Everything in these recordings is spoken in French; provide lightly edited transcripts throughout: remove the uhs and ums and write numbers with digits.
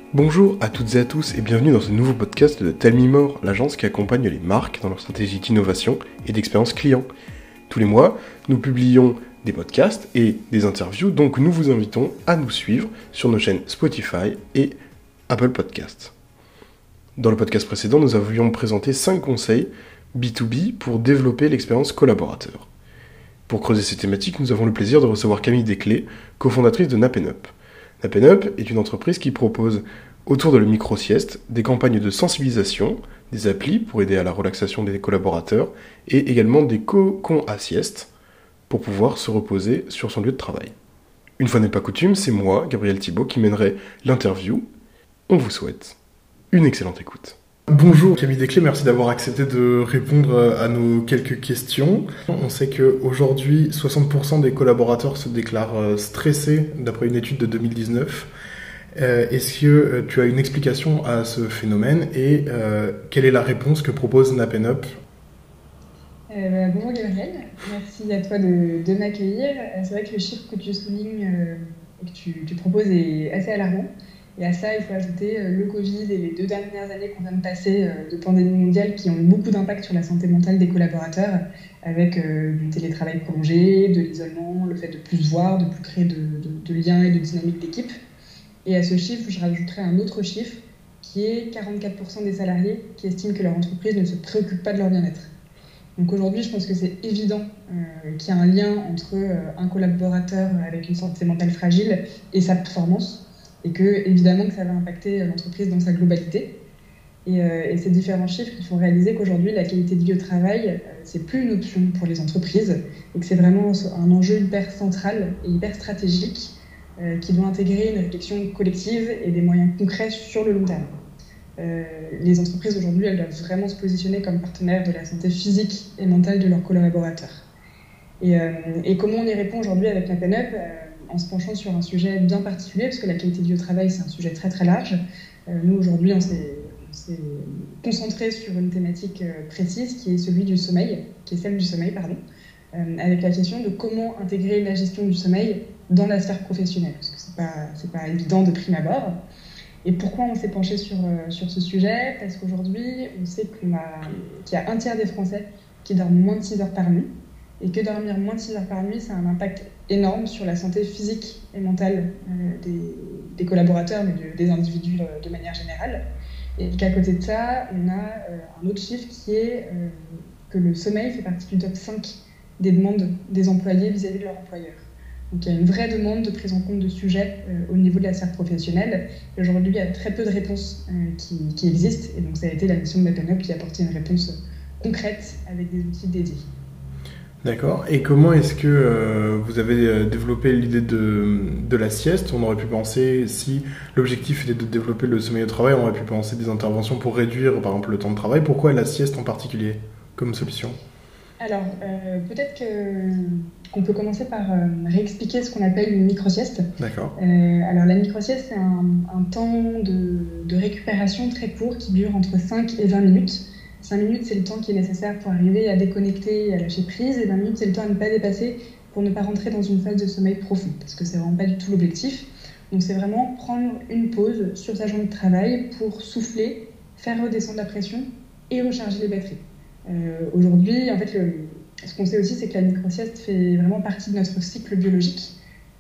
Bonjour à toutes et à tous et bienvenue dans ce nouveau podcast de Tell Me More, l'agence qui accompagne les marques dans leur stratégie d'innovation et d'expérience client. Tous les mois, nous publions des podcasts et des interviews, donc nous vous invitons à nous suivre sur nos chaînes Spotify et Apple Podcasts. Dans le podcast précédent, nous avions présenté 5 conseils B2B pour développer l'expérience collaborateur. Pour creuser ces thématiques, nous avons le plaisir de recevoir Camille Desclés, cofondatrice de Napenup. Napenup est une entreprise qui propose, autour de la micro-sieste, des campagnes de sensibilisation, des applis pour aider à la relaxation des collaborateurs, et également des cocons à sieste, pour pouvoir se reposer sur son lieu de travail. Une fois n'est pas coutume, c'est moi, Gabriel Thibault, qui mènerai l'interview. On vous souhaite une excellente écoute. Bonjour Camille Desclés, merci d'avoir accepté de répondre à nos quelques questions. On sait qu'aujourd'hui, 60% des collaborateurs se déclarent stressés, d'après une étude de 2019. Est-ce que tu as une explication à ce phénomène et quelle est la réponse que propose Napenup ? Bonjour Gabriel, merci à toi de m'accueillir. C'est vrai que le chiffre que tu soulignes et que tu proposes est assez alarmant. Et à ça, il faut ajouter le Covid et les 2 dernières années qu'on vient de passer de pandémie mondiale qui ont eu beaucoup d'impact sur la santé mentale des collaborateurs, avec du télétravail prolongé, de l'isolement, le fait de plus voir, de plus créer de liens et de dynamique d'équipe. Et à ce chiffre, je rajouterai un autre chiffre qui est 44% des salariés qui estiment que leur entreprise ne se préoccupe pas de leur bien-être. Donc aujourd'hui, je pense que c'est évident qu'il y a un lien entre un collaborateur avec une santé mentale fragile et sa performance, et que évidemment que ça va impacter l'entreprise dans sa globalité. Et ces différents chiffres, il faut réaliser qu'aujourd'hui, la qualité de vie au travail, c'est plus une option pour les entreprises, et que c'est vraiment un enjeu hyper central et hyper stratégique qui doit intégrer une réflexion collective et des moyens concrets sur le long terme. Les entreprises aujourd'hui, elles doivent vraiment se positionner comme partenaires de la santé physique et mentale de leurs collaborateurs. Et comment on y répond aujourd'hui avec Napenup en se penchant sur un sujet bien particulier, parce que la qualité de vie au travail, c'est un sujet très très large. Nous, aujourd'hui, on s'est concentré sur une thématique précise, qui est celle du sommeil, avec la question de comment intégrer la gestion du sommeil dans la sphère professionnelle, parce que c'est pas évident de prime abord. Et pourquoi on s'est penché sur ce sujet ? Parce qu'aujourd'hui, on sait qu'il y a un tiers des Français qui dorment moins de 6 heures par nuit, et que dormir moins de 6 heures par nuit, ça a un impact énorme sur la santé physique et mentale des collaborateurs, mais des individus de manière générale. Et qu'à côté de ça, on a un autre chiffre qui est que le sommeil fait partie du top 5 des demandes des employés vis-à-vis de leur employeur. Donc il y a une vraie demande de prise en compte de sujets au niveau de la sphère professionnelle. Et aujourd'hui, il y a très peu de réponses qui existent. Et donc ça a été la mission de Napenup qui a apporté une réponse concrète avec des outils dédiés. D'accord. Et comment est-ce que vous avez développé l'idée de la sieste ? On aurait pu penser, si l'objectif était de développer le sommeil au travail, on aurait pu penser des interventions pour réduire, par exemple, le temps de travail. Pourquoi la sieste en particulier comme solution ? Alors, peut-être qu'on peut commencer par réexpliquer ce qu'on appelle une micro-sieste. D'accord. Alors, la micro-sieste, c'est un temps de récupération très court qui dure entre 5 et 20 minutes. 5 minutes, c'est le temps qui est nécessaire pour arriver à déconnecter et à lâcher prise, et 20 minutes, c'est le temps à ne pas dépasser pour ne pas rentrer dans une phase de sommeil profond, parce que c'est vraiment pas du tout l'objectif. Donc c'est vraiment prendre une pause sur sa journée de travail pour souffler, faire redescendre la pression et recharger les batteries. Aujourd'hui, en fait, ce qu'on sait aussi, c'est que la micro-sieste fait vraiment partie de notre cycle biologique.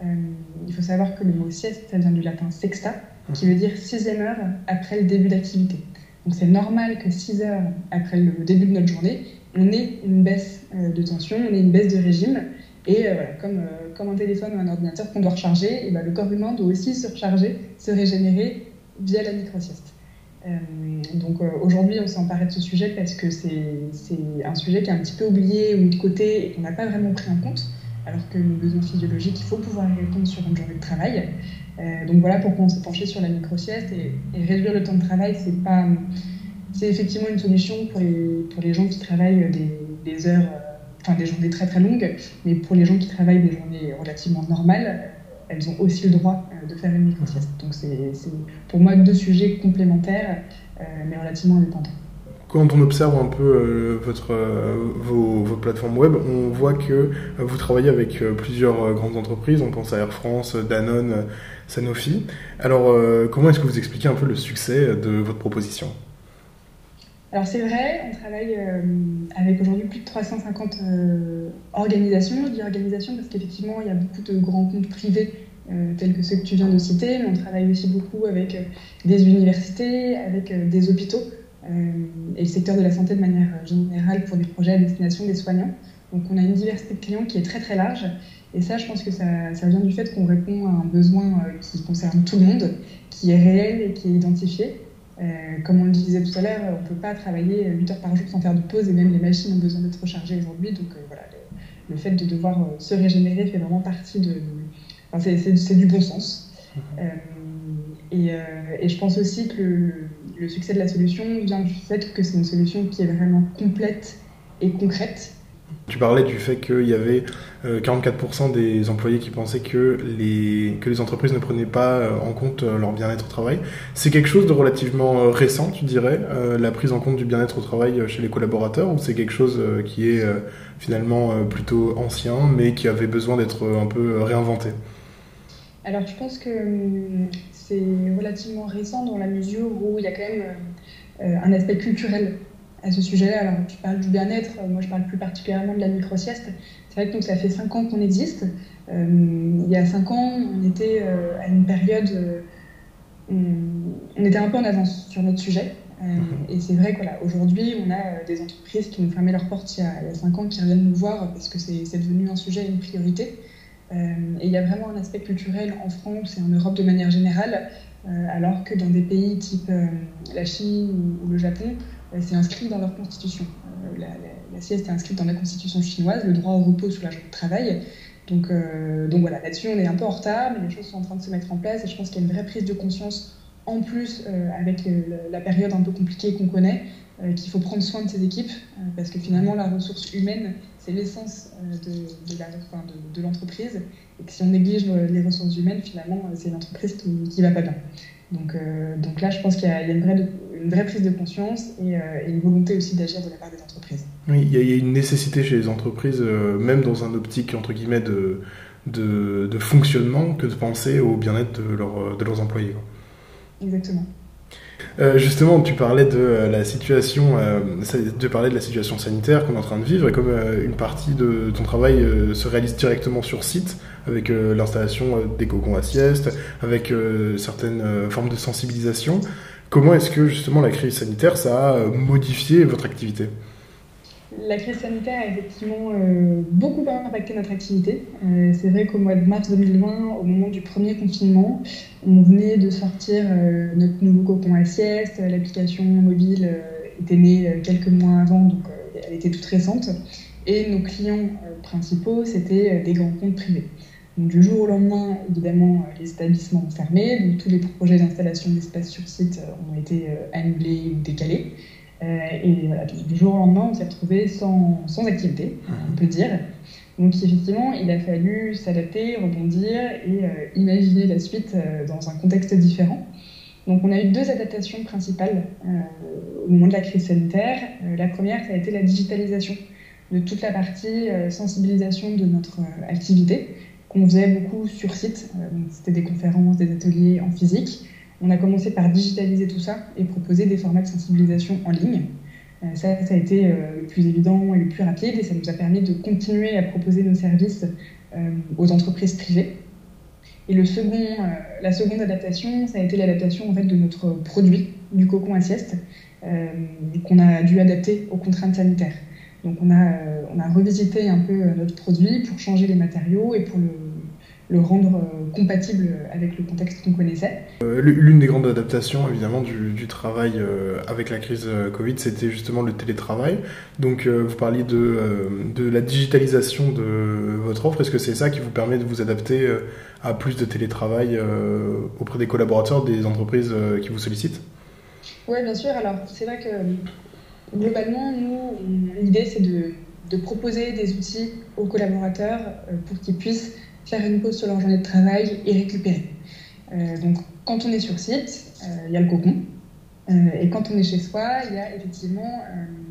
Il faut savoir que le mot sieste, ça vient du latin sexta, qui veut dire 6e heure après le début d'activité. Donc c'est normal que 6 heures après le début de notre journée, on ait une baisse de tension, on ait une baisse de régime. Et comme un téléphone ou un ordinateur qu'on doit recharger, et le corps humain doit aussi se recharger, se régénérer via la micro-sieste. Donc aujourd'hui, on s'est emparé de ce sujet parce que c'est un sujet qui est un petit peu oublié ou mis de côté et qu'on n'a pas vraiment pris en compte, alors que nos besoins physiologiques, il faut pouvoir y répondre sur une journée de travail. Donc voilà pourquoi on s'est penché sur la micro-sieste, et réduire le temps de travail, c'est effectivement une solution pour les gens qui travaillent des heures, des journées très très longues, mais pour les gens qui travaillent des journées relativement normales, elles ont aussi le droit de faire une micro-sieste. Donc c'est pour moi 2 sujets complémentaires, mais relativement indépendants. Quand on observe un peu vos plateformes web, on voit que vous travaillez avec plusieurs grandes entreprises. On pense à Air France, Danone, Sanofi. Alors, comment est-ce que vous expliquez un peu le succès de votre proposition ? Alors c'est vrai, on travaille avec aujourd'hui plus de 350 organisations. Je dis organisations parce qu'effectivement, il y a beaucoup de grands comptes privés tels que ceux que tu viens de citer, mais on travaille aussi beaucoup avec des universités, avec des hôpitaux et le secteur de la santé de manière générale pour des projets à destination des soignants. Donc on a une diversité de clients qui est très très large, et ça je pense que ça vient du fait qu'on répond à un besoin qui concerne tout le monde, qui est réel et qui est identifié. Comme on le disait tout à l'heure, on ne peut pas travailler 8 heures par jour sans faire de pause, et même les machines ont besoin d'être rechargées aujourd'hui. Donc voilà, le fait de devoir se régénérer fait vraiment partie de... Enfin, c'est du bon sens. Et je pense aussi que le succès de la solution vient du fait que c'est une solution qui est vraiment complète et concrète. Tu parlais du fait qu'il y avait 44% des employés qui pensaient que les entreprises ne prenaient pas en compte leur bien-être au travail. C'est quelque chose de relativement récent, tu dirais, la prise en compte du bien-être au travail chez les collaborateurs, ou c'est quelque chose qui est finalement plutôt ancien, mais qui avait besoin d'être un peu réinventé ? Alors je pense que c'est relativement récent dans la mesure où il y a quand même un aspect culturel à ce sujet-là. Alors tu parles du bien-être, moi je parle plus particulièrement de la micro-sieste. C'est vrai que donc, ça fait 5 ans qu'on existe. Il y a 5 ans, on était à une période, on était un peu en avance sur notre sujet. Et c'est vrai qu'aujourd'hui, on a des entreprises qui nous fermaient leurs portes il y a 5 ans, qui reviennent nous voir parce que c'est devenu un sujet, une priorité. Et il y a vraiment un aspect culturel en France et en Europe de manière générale, alors que dans des pays type la Chine ou le Japon, c'est inscrit dans leur constitution. La sieste est inscrite dans la constitution chinoise, le droit au repos sur la journée de travail. Donc voilà, là-dessus on est un peu en retard, mais les choses sont en train de se mettre en place, et je pense qu'il y a une vraie prise de conscience, en plus avec la période un peu compliquée qu'on connaît, qu'il faut prendre soin de ses équipes, parce que finalement la ressource humaine, c'est l'essence de l'entreprise, et que si on néglige les ressources humaines, finalement c'est une entreprise qui va pas bien. Donc là, je pense qu'il y a une vraie prise de conscience et une volonté aussi d'agir de la part des entreprises. Oui, il y a une nécessité chez les entreprises, même dans un optique entre guillemets de fonctionnement, que de penser au bien-être de leurs employés. Exactement. Justement, tu parlais de la situation sanitaire qu'on est en train de vivre, et comme une partie de ton travail se réalise directement sur site, avec l'installation des cocons à sieste, avec certaines formes de sensibilisation, comment est-ce que justement la crise sanitaire ça a modifié votre activité ? La crise sanitaire a effectivement beaucoup impacté notre activité. C'est vrai qu'au mois de mars 2020, au moment du premier confinement, on venait de sortir notre nouveau cocon à sieste. L'application mobile était née quelques mois avant, donc elle était toute récente. Et nos clients principaux, c'était des grands comptes privés. Donc, du jour au lendemain, évidemment, les établissements ont fermé. Donc, tous les projets d'installation d'espace sur site ont été annulés ou décalés. Et voilà, du jour au lendemain, on s'est retrouvé sans activité, on peut dire. Donc effectivement, il a fallu s'adapter, rebondir et imaginer la suite dans un contexte différent. Donc on a eu 2 adaptations principales au moment de la crise sanitaire. La première, ça a été la digitalisation de toute la partie sensibilisation de notre activité, qu'on faisait beaucoup sur site. Donc c'était des conférences, des ateliers en physique. On a commencé par digitaliser tout ça et proposer des formats de sensibilisation en ligne. Ça a été le plus évident et le plus rapide, et ça nous a permis de continuer à proposer nos services aux entreprises privées. Et la seconde adaptation, ça a été l'adaptation en fait, de notre produit, du cocon à sieste, qu'on a dû adapter aux contraintes sanitaires. Donc on a revisité un peu notre produit pour changer les matériaux et pour le rendre compatible avec le contexte qu'on connaissait. L'une des grandes adaptations évidemment du travail avec la crise Covid, c'était justement le télétravail. Donc vous parliez de la digitalisation de votre offre. Est-ce que c'est ça qui vous permet de vous adapter à plus de télétravail auprès des collaborateurs, des entreprises qui vous sollicitent ? Oui, bien sûr. Alors c'est vrai que globalement, nous, l'idée c'est de proposer des outils aux collaborateurs pour qu'ils puissent faire une pause sur leur journée de travail et récupérer. Donc, quand on est sur site, il y a le cocon. Et quand on est chez soi, il y a effectivement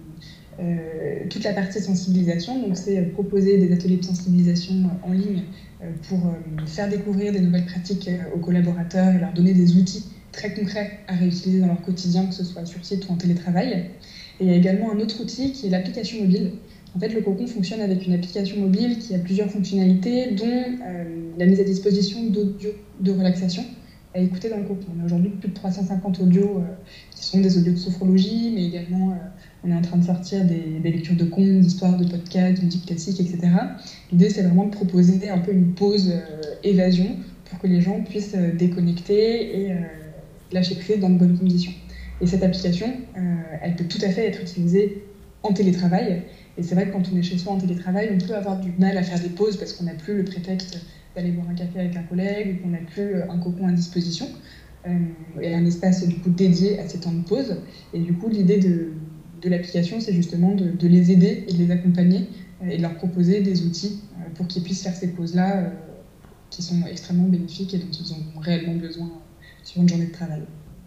toute la partie sensibilisation. Donc, c'est proposer des ateliers de sensibilisation en ligne pour faire découvrir des nouvelles pratiques aux collaborateurs et leur donner des outils très concrets à réutiliser dans leur quotidien, que ce soit sur site ou en télétravail. Et il y a également un autre outil qui est l'application mobile. En fait, le Cocon fonctionne avec une application mobile qui a plusieurs fonctionnalités, dont la mise à disposition d'audio de relaxation à écouter dans le Cocon. On a aujourd'hui plus de 350 audios qui sont des audios de sophrologie, mais également on est en train de sortir des lectures de contes, d'histoires, de podcasts, de musique classique, etc. L'idée, c'est vraiment de proposer un peu une pause évasion pour que les gens puissent déconnecter et lâcher prise dans de bonnes conditions. Et cette application, elle peut tout à fait être utilisée en télétravail. Et c'est vrai que quand on est chez soi en télétravail, on peut avoir du mal à faire des pauses parce qu'on n'a plus le prétexte d'aller boire un café avec un collègue ou qu'on n'a plus un cocon à disposition. Et un espace du coup dédié à ces temps de pause. Et du coup, l'idée de l'application, c'est justement de les aider et de les accompagner et de leur proposer des outils pour qu'ils puissent faire ces pauses-là qui sont extrêmement bénéfiques et dont ils ont réellement besoin sur une journée de travail.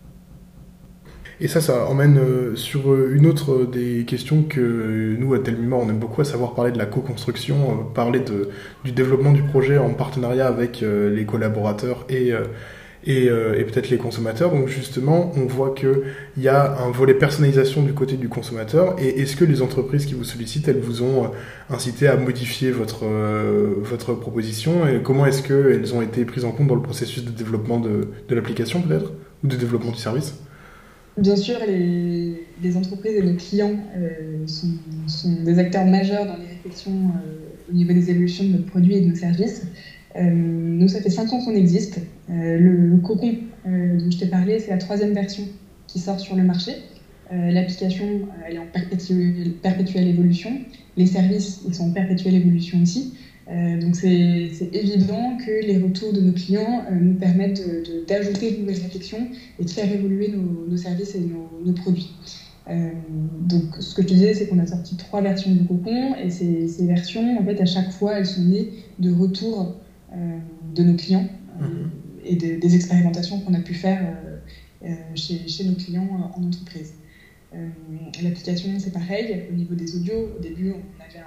Et ça emmène sur une autre des questions que nous, à Telmimor, on aime beaucoup, à savoir parler de la co-construction, parler du développement du projet en partenariat avec les collaborateurs et peut-être les consommateurs. Donc justement, on voit qu'il y a un volet personnalisation du côté du consommateur. Et est-ce que les entreprises qui vous sollicitent, elles vous ont incité à modifier votre proposition, et comment est-ce qu'elles ont été prises en compte dans le processus de développement de l'application peut-être, ou de développement du service ? Bien sûr, les entreprises et nos clients sont des acteurs majeurs dans les réflexions au niveau des évolutions de nos produits et de nos services. Nous, ça fait 5 ans qu'on existe. Le Cocon dont je t'ai parlé, c'est la 3e version qui sort sur le marché. L'application, elle est en perpétuelle évolution. Les services, ils sont en perpétuelle évolution aussi. Donc c'est évident que les retours de nos clients nous permettent d'ajouter de nouvelles réflexions et de faire évoluer nos services et nos produits. Donc ce que je te disais, c'est qu'on a sorti 3 versions du Cocon, et ces versions, en fait, à chaque fois, elles sont nées de retours de nos clients et des expérimentations qu'on a pu faire chez nos clients en entreprise. L'application, c'est pareil. Au niveau des audios, au début, on avait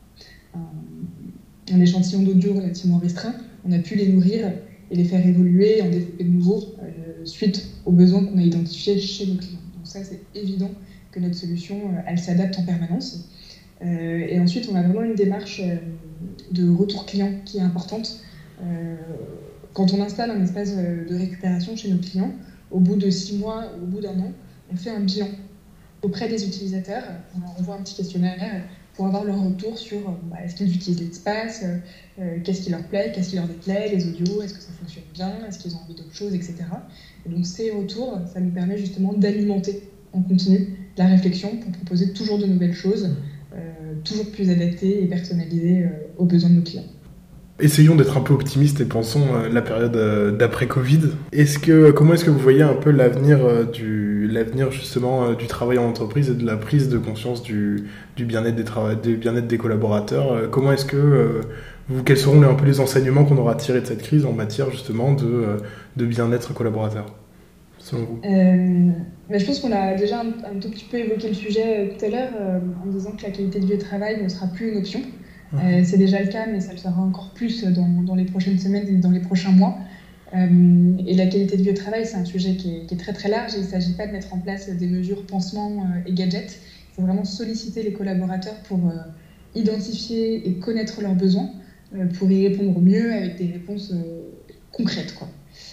un échantillon d'audio relativement restreint. On a pu les nourrir et les faire évoluer, en développer de nouveaux suite aux besoins qu'on a identifiés chez nos clients. Donc ça, c'est évident que notre solution, elle s'adapte en permanence. Et ensuite, on a vraiment une démarche de retour client qui est importante. Quand on installe un espace de récupération chez nos clients, au bout de 6 mois ou au bout d'1 an, on fait un bilan auprès des utilisateurs. On leur envoie un petit questionnaire pour avoir leur retour sur est-ce qu'ils utilisent l'espace, qu'est-ce qui leur plaît, qu'est-ce qui leur déplaît, les audios, est-ce que ça fonctionne bien, est-ce qu'ils ont envie d'autre chose, etc. Et donc ces retours, ça nous permet justement d'alimenter en continu la réflexion pour proposer toujours de nouvelles choses, toujours plus adaptées et personnalisées aux besoins de nos clients. Essayons d'être un peu optimistes et pensons la période d'après-Covid. Comment est-ce que vous voyez un peu l'avenir justement du travail en entreprise et de la prise de conscience du bien-être des collaborateurs? Comment est-ce que quels seront un peu les enseignements qu'on aura tirés de cette crise en matière justement de bien-être collaborateur, selon vous? Je pense qu'on a déjà un tout petit peu évoqué le sujet tout à l'heure en disant que la qualité de vie au travail ne sera plus une option. C'est déjà le cas, mais ça le sera encore plus dans les prochaines semaines et dans les prochains mois. Et la qualité de vie au travail, c'est un sujet qui est très très large. Il ne s'agit pas de mettre en place des mesures pansements et gadgets. Il faut vraiment solliciter les collaborateurs pour identifier et connaître leurs besoins, pour y répondre au mieux avec des réponses concrètes, quoi.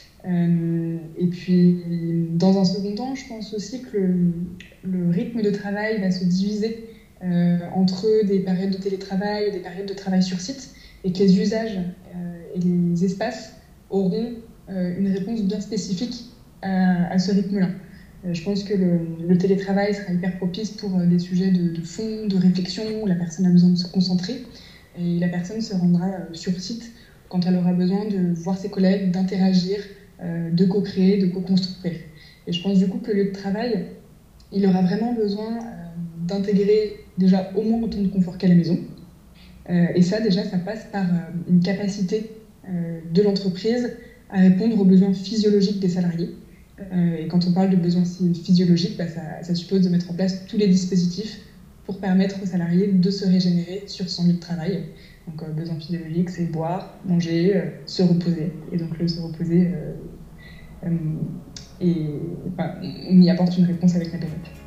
Et puis, dans un second temps, je pense aussi que le rythme de travail va se diviser entre des périodes de télétravail et des périodes de travail sur site, et que les usages et les espaces auront une réponse bien spécifique à ce rythme-là. Je pense que le télétravail sera hyper propice pour des sujets de fond, de réflexion, où la personne a besoin de se concentrer, et la personne se rendra sur site quand elle aura besoin de voir ses collègues, d'interagir, de co-créer, de co-construire. Et je pense du coup que le lieu de travail, il aura vraiment besoin d'intégrer déjà au moins autant de confort qu'à la maison. Et ça, déjà, ça passe par une capacité de l'entreprise à répondre aux besoins physiologiques des salariés. Et quand on parle de besoins physiologiques, ça suppose de mettre en place tous les dispositifs pour permettre aux salariés de se régénérer sur son lieu de travail. Donc, besoins physiologiques, c'est boire, manger, se reposer. Et donc, le se reposer, on y apporte une réponse avec la PME.